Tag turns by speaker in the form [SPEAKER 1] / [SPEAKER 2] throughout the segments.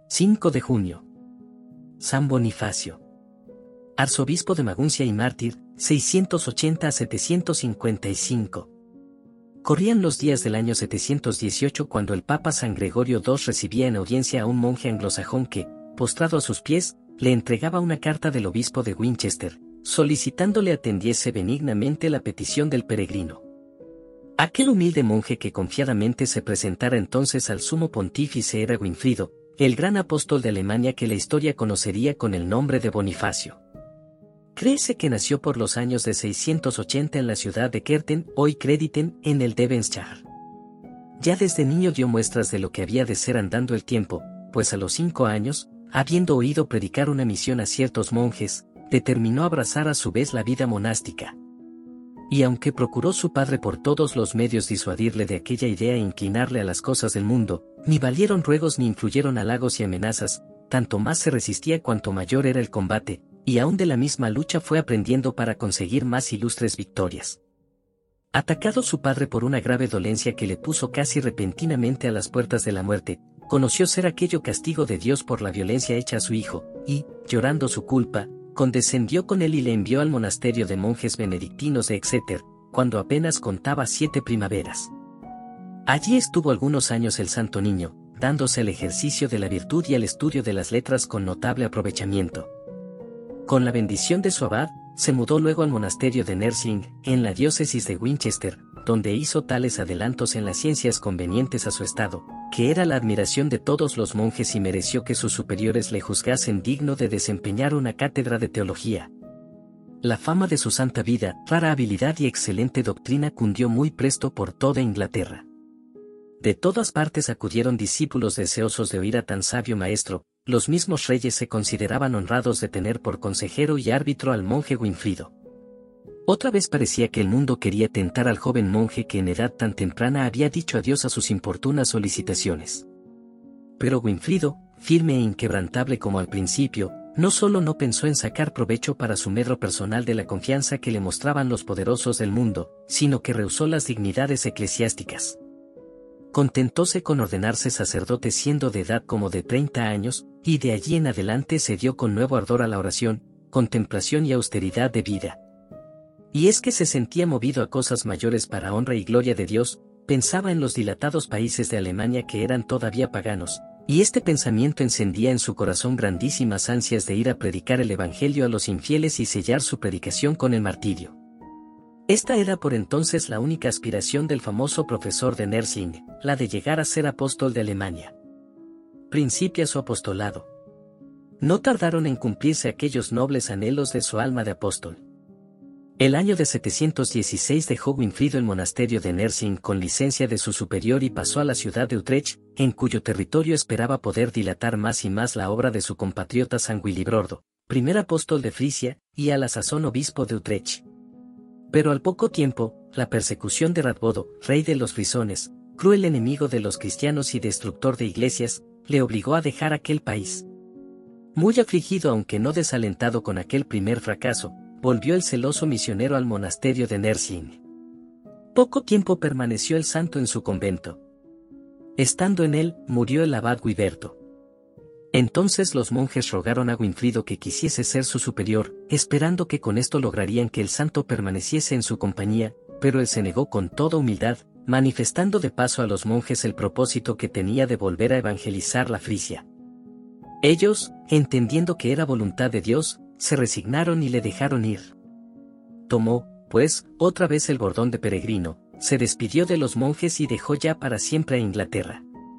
[SPEAKER 1] 5 de junio. San Bonifacio. Arzobispo de Maguncia y mártir, 680 a 755. Corrían los días del año 718 cuando el Papa San Gregorio II recibía en audiencia a un monje anglosajón que, postrado a sus pies, le entregaba una carta del obispo de Winchester, solicitándole atendiese benignamente la petición del peregrino. Aquel humilde monje que confiadamente se presentara entonces al sumo pontífice era Winfrido, el gran apóstol de Alemania que la historia conocería con el nombre de Bonifacio. Créese que nació por los años de 680 en la ciudad de Kärnten, hoy Krediten, en el Devonshire. Ya desde niño dio muestras de lo que había de ser andando el tiempo, pues a los 5 años, habiendo oído predicar una misión a ciertos monjes, determinó abrazar a su vez la vida monástica. Y aunque procuró su padre por todos los medios disuadirle de aquella idea e inclinarle a las cosas del mundo, ni valieron ruegos ni influyeron halagos y amenazas, tanto más se resistía cuanto mayor era el combate, y aún de la misma lucha fue aprendiendo para conseguir más ilustres victorias. Atacado su padre por una grave dolencia que le puso casi repentinamente a las puertas de la muerte, conoció ser aquello castigo de Dios por la violencia hecha a su hijo, y, llorando su culpa, condescendió con él y le envió al monasterio de monjes benedictinos de Exeter, cuando apenas contaba 7 primaveras. Allí estuvo algunos años el santo niño, dándose al ejercicio de la virtud y al estudio de las letras con notable aprovechamiento. Con la bendición de su abad, se mudó luego al monasterio de Nersing, en la diócesis de Winchester, donde hizo tales adelantos en las ciencias convenientes a su estado, que era la admiración de todos los monjes y mereció que sus superiores le juzgasen digno de desempeñar una cátedra de teología. La fama de su santa vida, rara habilidad y excelente doctrina cundió muy presto por toda Inglaterra. De todas partes acudieron discípulos deseosos de oír a tan sabio maestro, los mismos reyes se consideraban honrados de tener por consejero y árbitro al monje Winfrido. Otra vez parecía que el mundo quería tentar al joven monje que en edad tan temprana había dicho adiós a sus importunas solicitaciones. Pero Winfrido, firme e inquebrantable como al principio, no solo no pensó en sacar provecho para su medro personal de la confianza que le mostraban los poderosos del mundo, sino que rehusó las dignidades eclesiásticas. Contentóse con ordenarse sacerdote siendo de edad como de 30 años, y de allí en adelante se dio con nuevo ardor a la oración, contemplación y austeridad de vida. Y es que se sentía movido a cosas mayores para honra y gloria de Dios, pensaba en los dilatados países de Alemania que eran todavía paganos, y este pensamiento encendía en su corazón grandísimas ansias de ir a predicar el Evangelio a los infieles y sellar su predicación con el martirio. Esta era por entonces la única aspiración del famoso profesor de Nersing, la de llegar a ser apóstol de Alemania. Principia su apostolado. No tardaron en cumplirse aquellos nobles anhelos de su alma de apóstol. El año de 716 dejó Winfrido el monasterio de Nersing con licencia de su superior y pasó a la ciudad de Utrecht, en cuyo territorio esperaba poder dilatar más y más la obra de su compatriota San Willibrordo, primer apóstol de Frisia, y a la sazón obispo de Utrecht. Pero al poco tiempo, la persecución de Radbodo, rey de los frisones, cruel enemigo de los cristianos y destructor de iglesias, le obligó a dejar aquel país. Muy afligido aunque no desalentado con aquel primer fracaso, volvió el celoso misionero al monasterio de Nersing. Poco tiempo permaneció el santo en su convento. Estando en él, murió el abad Guiberto. Entonces los monjes rogaron a Winfrido que quisiese ser su superior, esperando que con esto lograrían que el santo permaneciese en su compañía, pero él se negó con toda humildad, manifestando de paso a los monjes el propósito que tenía de volver a evangelizar la Frisia. Ellos, entendiendo que era voluntad de Dios, se resignaron y le dejaron ir. Tomó, pues, otra vez el bordón de peregrino, se despidió de los monjes y dejó ya para siempre a Inglaterra.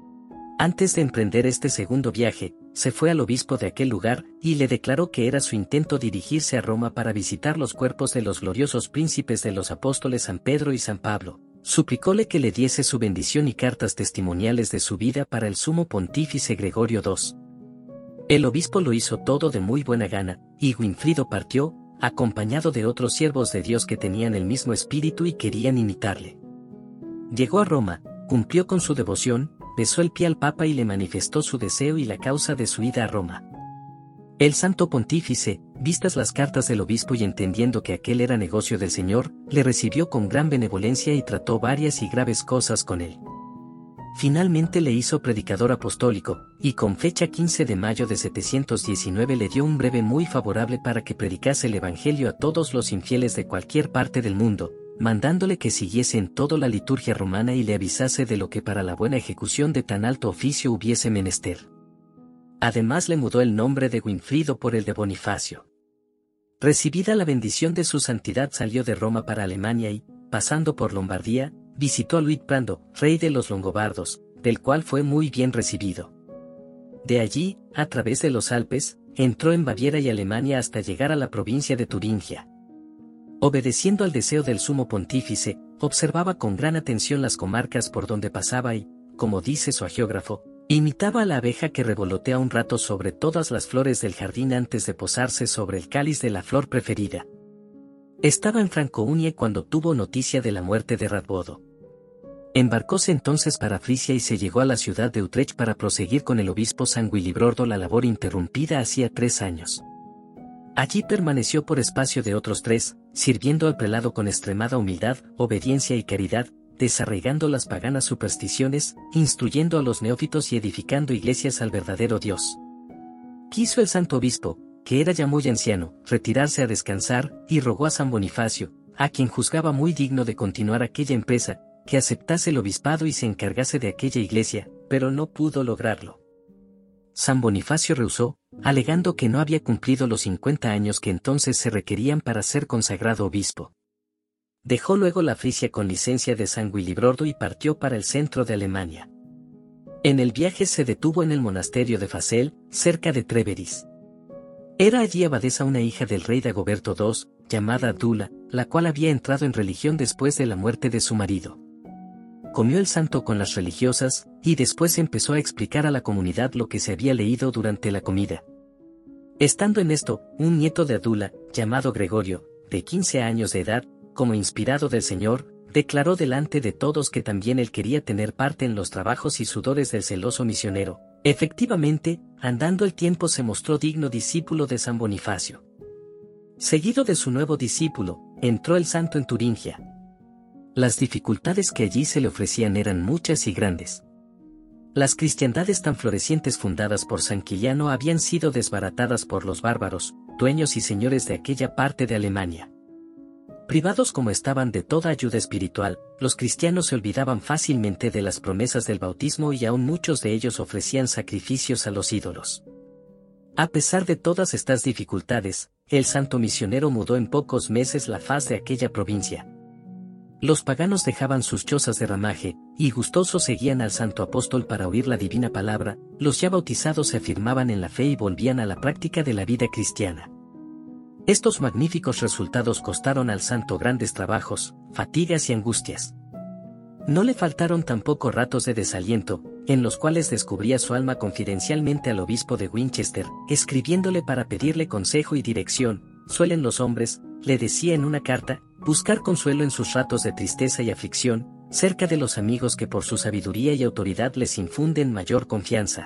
[SPEAKER 1] Antes de emprender este segundo viaje, se fue al obispo de aquel lugar, y le declaró que era su intento dirigirse a Roma para visitar los cuerpos de los gloriosos príncipes de los apóstoles San Pedro y San Pablo. Suplicóle que le diese su bendición y cartas testimoniales de su vida para el sumo pontífice Gregorio II. El obispo lo hizo todo de muy buena gana, y Winfrido partió, acompañado de otros siervos de Dios que tenían el mismo espíritu y querían imitarle. Llegó a Roma, cumplió con su devoción, besó el pie al Papa y le manifestó su deseo y la causa de su ida a Roma. El santo pontífice, vistas las cartas del obispo y entendiendo que aquel era negocio del Señor, le recibió con gran benevolencia y trató varias y graves cosas con él. Finalmente le hizo predicador apostólico, y con fecha 15 de mayo de 719 le dio un breve muy favorable para que predicase el Evangelio a todos los infieles de cualquier parte del mundo, mandándole que siguiese en todo la liturgia romana y le avisase de lo que para la buena ejecución de tan alto oficio hubiese menester. Además le mudó el nombre de Winfrido por el de Bonifacio. Recibida la bendición de su santidad salió de Roma para Alemania y, pasando por Lombardía, visitó a Luitprando, rey de los longobardos, del cual fue muy bien recibido. De allí, a través de los Alpes, entró en Baviera y Alemania hasta llegar a la provincia de Turingia. Obedeciendo al deseo del sumo pontífice, observaba con gran atención las comarcas por donde pasaba y, como dice su agiógrafo, imitaba a la abeja que revolotea un rato sobre todas las flores del jardín antes de posarse sobre el cáliz de la flor preferida. Estaba en Franconia cuando tuvo noticia de la muerte de Radbodo. Embarcóse entonces para Frisia y se llegó a la ciudad de Utrecht para proseguir con el obispo San Willibrordo la labor interrumpida hacía 3 años. Allí permaneció por espacio de otros 3, sirviendo al prelado con extremada humildad, obediencia y caridad, desarraigando las paganas supersticiones, instruyendo a los neófitos y edificando iglesias al verdadero Dios. Quiso el santo obispo, que era ya muy anciano, retirarse a descansar, y rogó a San Bonifacio, a quien juzgaba muy digno de continuar aquella empresa, que aceptase el obispado y se encargase de aquella iglesia, pero no pudo lograrlo. San Bonifacio rehusó, alegando que no había cumplido los 50 años que entonces se requerían para ser consagrado obispo. Dejó luego la Frisia con licencia de San Willibrordo y partió para el centro de Alemania. En el viaje se detuvo en el monasterio de Fasel, cerca de Treveris. Era allí abadesa una hija del rey Dagoberto II, llamada Abdula, la cual había entrado en religión después de la muerte de su marido. Comió el santo con las religiosas, y después empezó a explicar a la comunidad lo que se había leído durante la comida. Estando en esto, un nieto de Abdula, llamado Gregorio, de 15 años de edad, como inspirado del Señor, declaró delante de todos que también él quería tener parte en los trabajos y sudores del celoso misionero. Efectivamente, andando el tiempo se mostró digno discípulo de San Bonifacio. Seguido de su nuevo discípulo, entró el santo en Turingia. Las dificultades que allí se le ofrecían eran muchas y grandes. Las cristiandades tan florecientes fundadas por San Quiliano habían sido desbaratadas por los bárbaros, dueños y señores de aquella parte de Alemania. Privados como estaban de toda ayuda espiritual, los cristianos se olvidaban fácilmente de las promesas del bautismo y aún muchos de ellos ofrecían sacrificios a los ídolos. A pesar de todas estas dificultades, el santo misionero mudó en pocos meses la faz de aquella provincia. Los paganos dejaban sus chozas de ramaje, y gustosos seguían al santo apóstol para oír la divina palabra, los ya bautizados se afirmaban en la fe y volvían a la práctica de la vida cristiana. Estos magníficos resultados costaron al santo grandes trabajos, fatigas y angustias. No le faltaron tampoco ratos de desaliento, en los cuales descubría su alma confidencialmente al obispo de Winchester, escribiéndole para pedirle consejo y dirección. Suelen los hombres, le decía en una carta, buscar consuelo en sus ratos de tristeza y aflicción, cerca de los amigos que por su sabiduría y autoridad les infunden mayor confianza.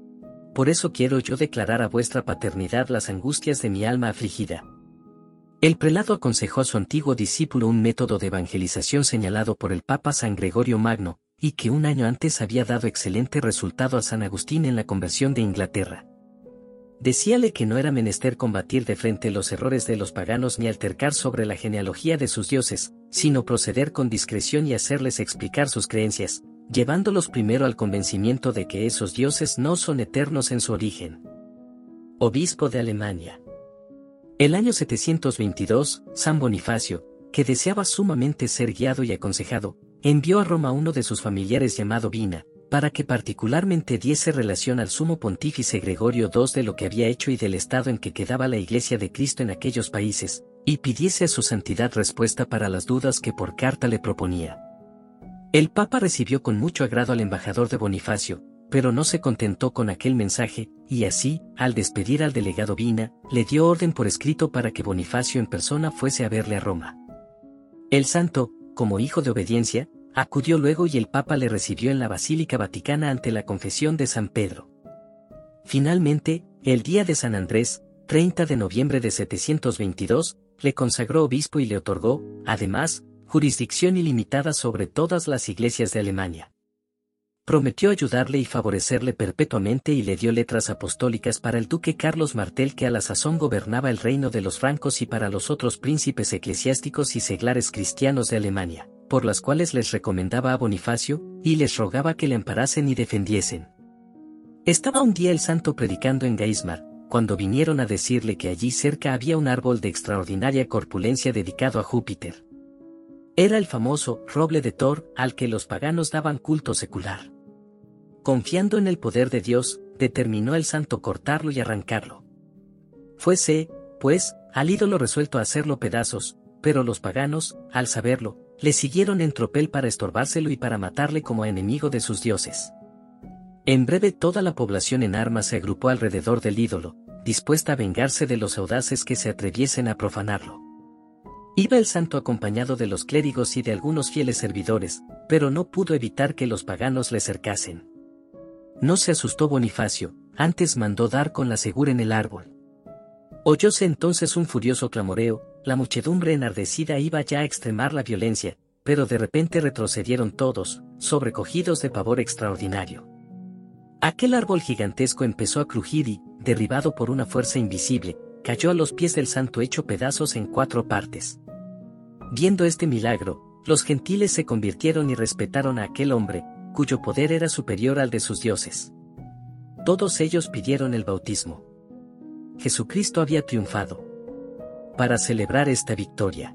[SPEAKER 1] Por eso quiero yo declarar a vuestra paternidad las angustias de mi alma afligida. El prelado aconsejó a su antiguo discípulo un método de evangelización señalado por el Papa San Gregorio Magno, y que un año antes había dado excelente resultado a San Agustín en la conversión de Inglaterra. Decíale que no era menester combatir de frente los errores de los paganos ni altercar sobre la genealogía de sus dioses, sino proceder con discreción y hacerles explicar sus creencias, llevándolos primero al convencimiento de que esos dioses no son eternos en su origen. Obispo de Alemania. El año 722, San Bonifacio, que deseaba sumamente ser guiado y aconsejado, envió a Roma a uno de sus familiares llamado Vina, para que particularmente diese relación al sumo pontífice Gregorio II de lo que había hecho y del estado en que quedaba la Iglesia de Cristo en aquellos países, y pidiese a su santidad respuesta para las dudas que por carta le proponía. El Papa recibió con mucho agrado al embajador de Bonifacio, pero no se contentó con aquel mensaje, y así, al despedir al delegado Vina, le dio orden por escrito para que Bonifacio en persona fuese a verle a Roma. El santo, como hijo de obediencia, acudió luego y el Papa le recibió en la Basílica Vaticana ante la confesión de San Pedro. Finalmente, el día de San Andrés, 30 de noviembre de 722, le consagró obispo y le otorgó, además, jurisdicción ilimitada sobre todas las iglesias de Alemania. Prometió ayudarle y favorecerle perpetuamente y le dio letras apostólicas para el duque Carlos Martel, que a la sazón gobernaba el reino de los francos, y para los otros príncipes eclesiásticos y seglares cristianos de Alemania, por las cuales les recomendaba a Bonifacio, y les rogaba que le amparasen y defendiesen. Estaba un día el santo predicando en Geismar, cuando vinieron a decirle que allí cerca había un árbol de extraordinaria corpulencia dedicado a Júpiter. Era el famoso roble de Thor, al que los paganos daban culto secular. Confiando en el poder de Dios, determinó el santo cortarlo y arrancarlo. Fuese, pues, al ídolo resuelto a hacerlo pedazos, pero los paganos, al saberlo, le siguieron en tropel para estorbárselo y para matarle como a enemigo de sus dioses. En breve toda la población en armas se agrupó alrededor del ídolo, dispuesta a vengarse de los audaces que se atreviesen a profanarlo. Iba el santo acompañado de los clérigos y de algunos fieles servidores, pero no pudo evitar que los paganos le cercasen. No se asustó Bonifacio, antes mandó dar con la segura en el árbol. Oyóse entonces un furioso clamoreo, la muchedumbre enardecida iba ya a extremar la violencia, pero de repente retrocedieron todos, sobrecogidos de pavor extraordinario. Aquel árbol gigantesco empezó a crujir y, derribado por una fuerza invisible, cayó a los pies del santo hecho pedazos en 4 partes. Viendo este milagro, los gentiles se convirtieron y respetaron a aquel hombre, cuyo poder era superior al de sus dioses. Todos ellos pidieron el bautismo. Jesucristo había triunfado. Para celebrar esta victoria,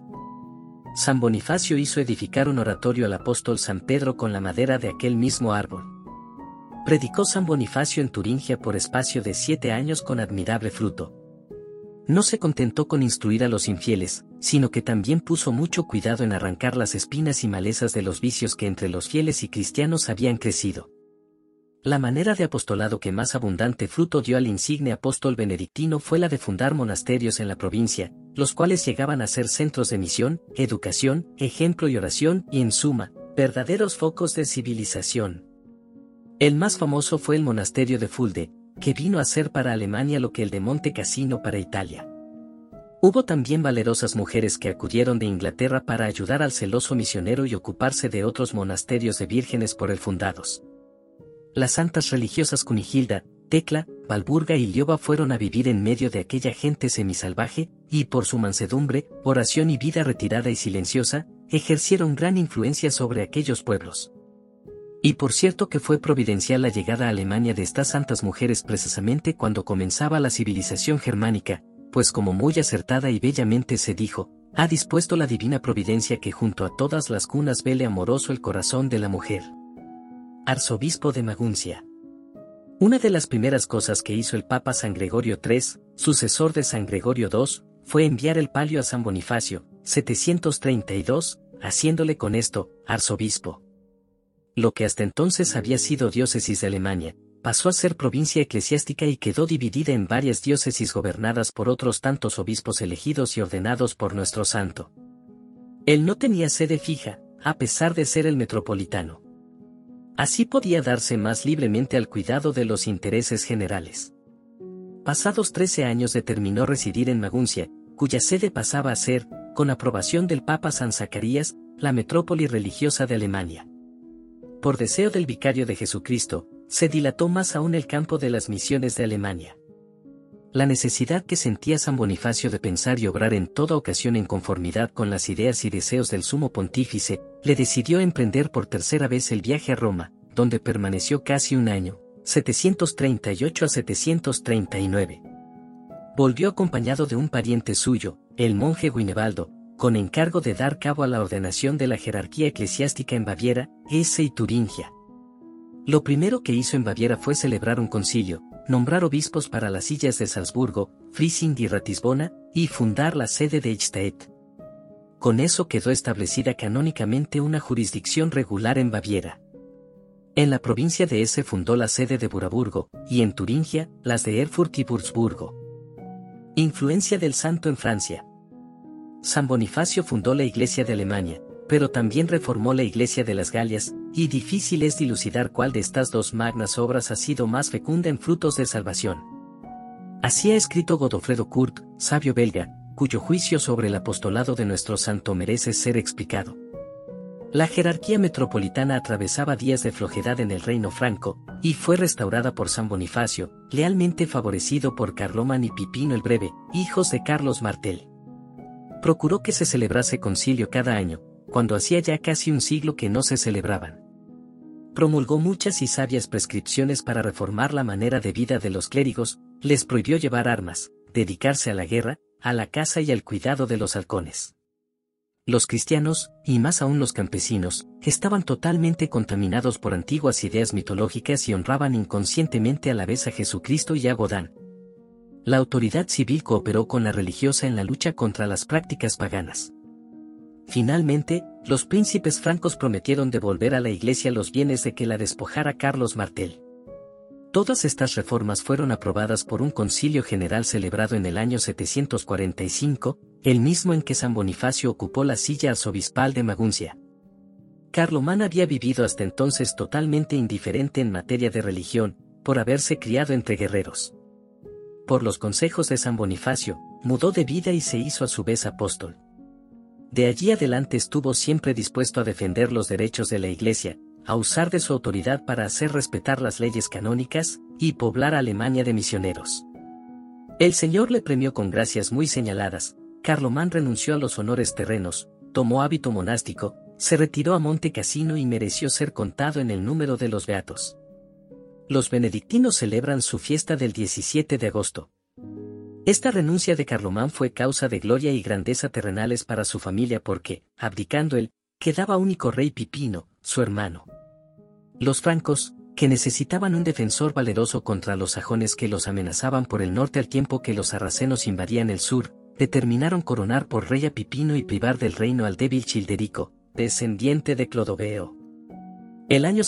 [SPEAKER 1] San Bonifacio hizo edificar un oratorio al apóstol San Pedro con la madera de aquel mismo árbol. Predicó San Bonifacio en Turingia por espacio de 7 años con admirable fruto. No se contentó con instruir a los infieles, sino que también puso mucho cuidado en arrancar las espinas y malezas de los vicios que entre los fieles y cristianos habían crecido. La manera de apostolado que más abundante fruto dio al insigne apóstol benedictino fue la de fundar monasterios en la provincia, los cuales llegaban a ser centros de misión, educación, ejemplo y oración y, en suma, verdaderos focos de civilización. El más famoso fue el monasterio de Fulde, que vino a ser para Alemania lo que el de Monte Cassino para Italia. Hubo también valerosas mujeres que acudieron de Inglaterra para ayudar al celoso misionero y ocuparse de otros monasterios de vírgenes por él fundados. Las santas religiosas Cunigilda, Tecla, Walburga y Lioba fueron a vivir en medio de aquella gente semisalvaje, y por su mansedumbre, oración y vida retirada y silenciosa, ejercieron gran influencia sobre aquellos pueblos. Y por cierto que fue providencial la llegada a Alemania de estas santas mujeres precisamente cuando comenzaba la civilización germánica, pues como muy acertada y bellamente se dijo, ha dispuesto la divina providencia que junto a todas las cunas vele amoroso el corazón de la mujer. Arzobispo de Maguncia. Una de las primeras cosas que hizo el Papa San Gregorio III, sucesor de San Gregorio II, fue enviar el palio a San Bonifacio, 732, haciéndole con esto, arzobispo. Lo que hasta entonces había sido diócesis de Alemania, pasó a ser provincia eclesiástica y quedó dividida en varias diócesis gobernadas por otros tantos obispos elegidos y ordenados por nuestro santo. Él no tenía sede fija, a pesar de ser el metropolitano. Así podía darse más libremente al cuidado de los intereses generales. Pasados 13 años determinó residir en Maguncia, cuya sede pasaba a ser, con aprobación del Papa San Zacarías, la metrópoli religiosa de Alemania. Por deseo del vicario de Jesucristo, se dilató más aún el campo de las misiones de Alemania. La necesidad que sentía San Bonifacio de pensar y obrar en toda ocasión en conformidad con las ideas y deseos del sumo pontífice, le decidió emprender por tercera vez el viaje a Roma, donde permaneció casi un año, 738 a 739. Volvió acompañado de un pariente suyo, el monje Guinebaldo, con encargo de dar cabo a la ordenación de la jerarquía eclesiástica en Baviera, Hesse y Turingia. Lo primero que hizo en Baviera fue celebrar un concilio, nombrar obispos para las sillas de Salzburgo, Friesing y Ratisbona, y fundar la sede de Eichstätt. Con eso quedó establecida canónicamente una jurisdicción regular en Baviera. En la provincia de Hesse fundó la sede de Buraburgo, y en Turingia, las de Erfurt y Würzburgo. Influencia del santo en Francia. San Bonifacio fundó la Iglesia de Alemania, pero también reformó la Iglesia de las Galias, y difícil es dilucidar cuál de estas dos magnas obras ha sido más fecunda en frutos de salvación. Así ha escrito Godofredo Kurt, sabio belga, cuyo juicio sobre el apostolado de nuestro santo merece ser explicado. La jerarquía metropolitana atravesaba días de flojedad en el reino franco, y fue restaurada por San Bonifacio, lealmente favorecido por Carlomán y Pipino el Breve, hijos de Carlos Martel. Procuró que se celebrase concilio cada año, cuando hacía ya casi un siglo que no se celebraban. Promulgó muchas y sabias prescripciones para reformar la manera de vida de los clérigos, les prohibió llevar armas, dedicarse a la guerra, a la caza y al cuidado de los halcones. Los cristianos, y más aún los campesinos, estaban totalmente contaminados por antiguas ideas mitológicas y honraban inconscientemente a la vez a Jesucristo y a Godán. La autoridad civil cooperó con la religiosa en la lucha contra las prácticas paganas. Finalmente, los príncipes francos prometieron devolver a la Iglesia los bienes de que la despojara Carlos Martel. Todas estas reformas fueron aprobadas por un concilio general celebrado en el año 745, el mismo en que San Bonifacio ocupó la silla arzobispal de Maguncia. Carlomán había vivido hasta entonces totalmente indiferente en materia de religión, por haberse criado entre guerreros. Por los consejos de San Bonifacio, mudó de vida y se hizo a su vez apóstol. De allí adelante estuvo siempre dispuesto a defender los derechos de la Iglesia, a usar de su autoridad para hacer respetar las leyes canónicas, y poblar a Alemania de misioneros. El Señor le premió con gracias muy señaladas. Carlomán renunció a los honores terrenos, tomó hábito monástico, se retiró a Monte Cassino y mereció ser contado en el número de los beatos. Los benedictinos celebran su fiesta del 17 de agosto. Esta renuncia de Carlomán fue causa de gloria y grandeza terrenales para su familia porque, abdicando él, quedaba único rey Pipino, su hermano. Los francos, que necesitaban un defensor valeroso contra los sajones que los amenazaban por el norte al tiempo que los sarracenos invadían el sur, determinaron coronar por rey a Pipino y privar del reino al débil Childerico, descendiente de Clodoveo. El año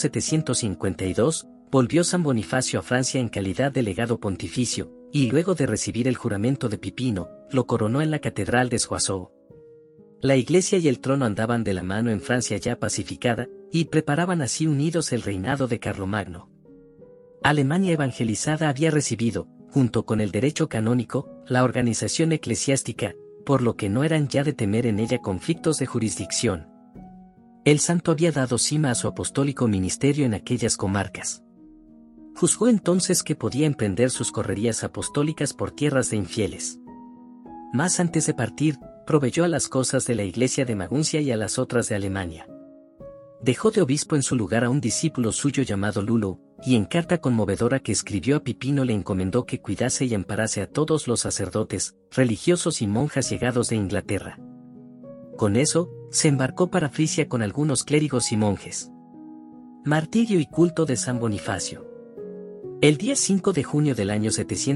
[SPEAKER 1] 752, volvió San Bonifacio a Francia en calidad de legado pontificio, y luego de recibir el juramento de Pipino, lo coronó en la catedral de Soissons. La Iglesia y el trono andaban de la mano en Francia ya pacificada, y preparaban así unidos el reinado de Carlomagno. Alemania evangelizada había recibido, junto con el derecho canónico, la organización eclesiástica, por lo que no eran ya de temer en ella conflictos de jurisdicción. El santo había dado cima a su apostólico ministerio en aquellas comarcas. Juzgó entonces que podía emprender sus correrías apostólicas por tierras de infieles. Mas antes de partir, proveyó a las cosas de la Iglesia de Maguncia y a las otras de Alemania. Dejó de obispo en su lugar a un discípulo suyo llamado Lulo, y en carta conmovedora que escribió a Pipino le encomendó que cuidase y amparase a todos los sacerdotes, religiosos y monjas llegados de Inglaterra. Con eso, se embarcó para Frisia con algunos clérigos y monjes. Martirio y culto de San Bonifacio. El día 5 de junio del año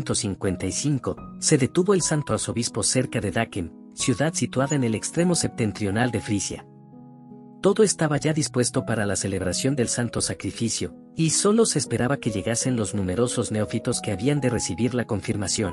[SPEAKER 1] 755, se detuvo el santo arzobispo cerca de Dakem, ciudad situada en el extremo septentrional de Frisia. Todo estaba ya dispuesto para la celebración del santo sacrificio, y solo se esperaba que llegasen los numerosos neófitos que habían de recibir la confirmación.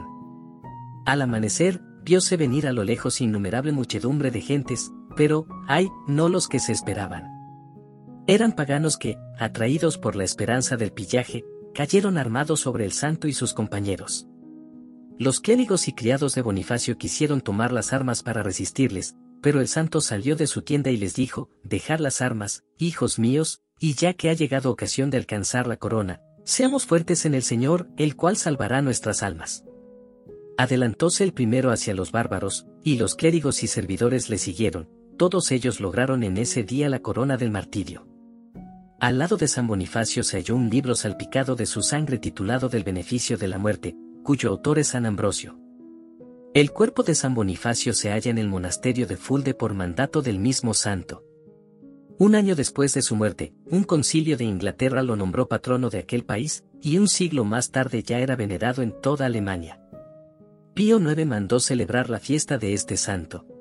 [SPEAKER 1] Al amanecer, vióse venir a lo lejos innumerable muchedumbre de gentes, pero, ¡ay!, no los que se esperaban. Eran paganos que, atraídos por la esperanza del pillaje, cayeron armados sobre el santo y sus compañeros. Los clérigos y criados de Bonifacio quisieron tomar las armas para resistirles, pero el santo salió de su tienda y les dijo: «Dejad las armas, hijos míos, y ya que ha llegado ocasión de alcanzar la corona, seamos fuertes en el Señor, el cual salvará nuestras almas». Adelantóse el primero hacia los bárbaros, y los clérigos y servidores le siguieron. Todos ellos lograron en ese día la corona del martirio. Al lado de San Bonifacio se halló un libro salpicado de su sangre titulado Del beneficio de la muerte, cuyo autor es San Ambrosio. El cuerpo de San Bonifacio se halla en el monasterio de Fulde por mandato del mismo santo. Un año después de su muerte, un concilio de Inglaterra lo nombró patrono de aquel país, y un siglo más tarde ya era venerado en toda Alemania. Pío IX mandó celebrar la fiesta de este santo.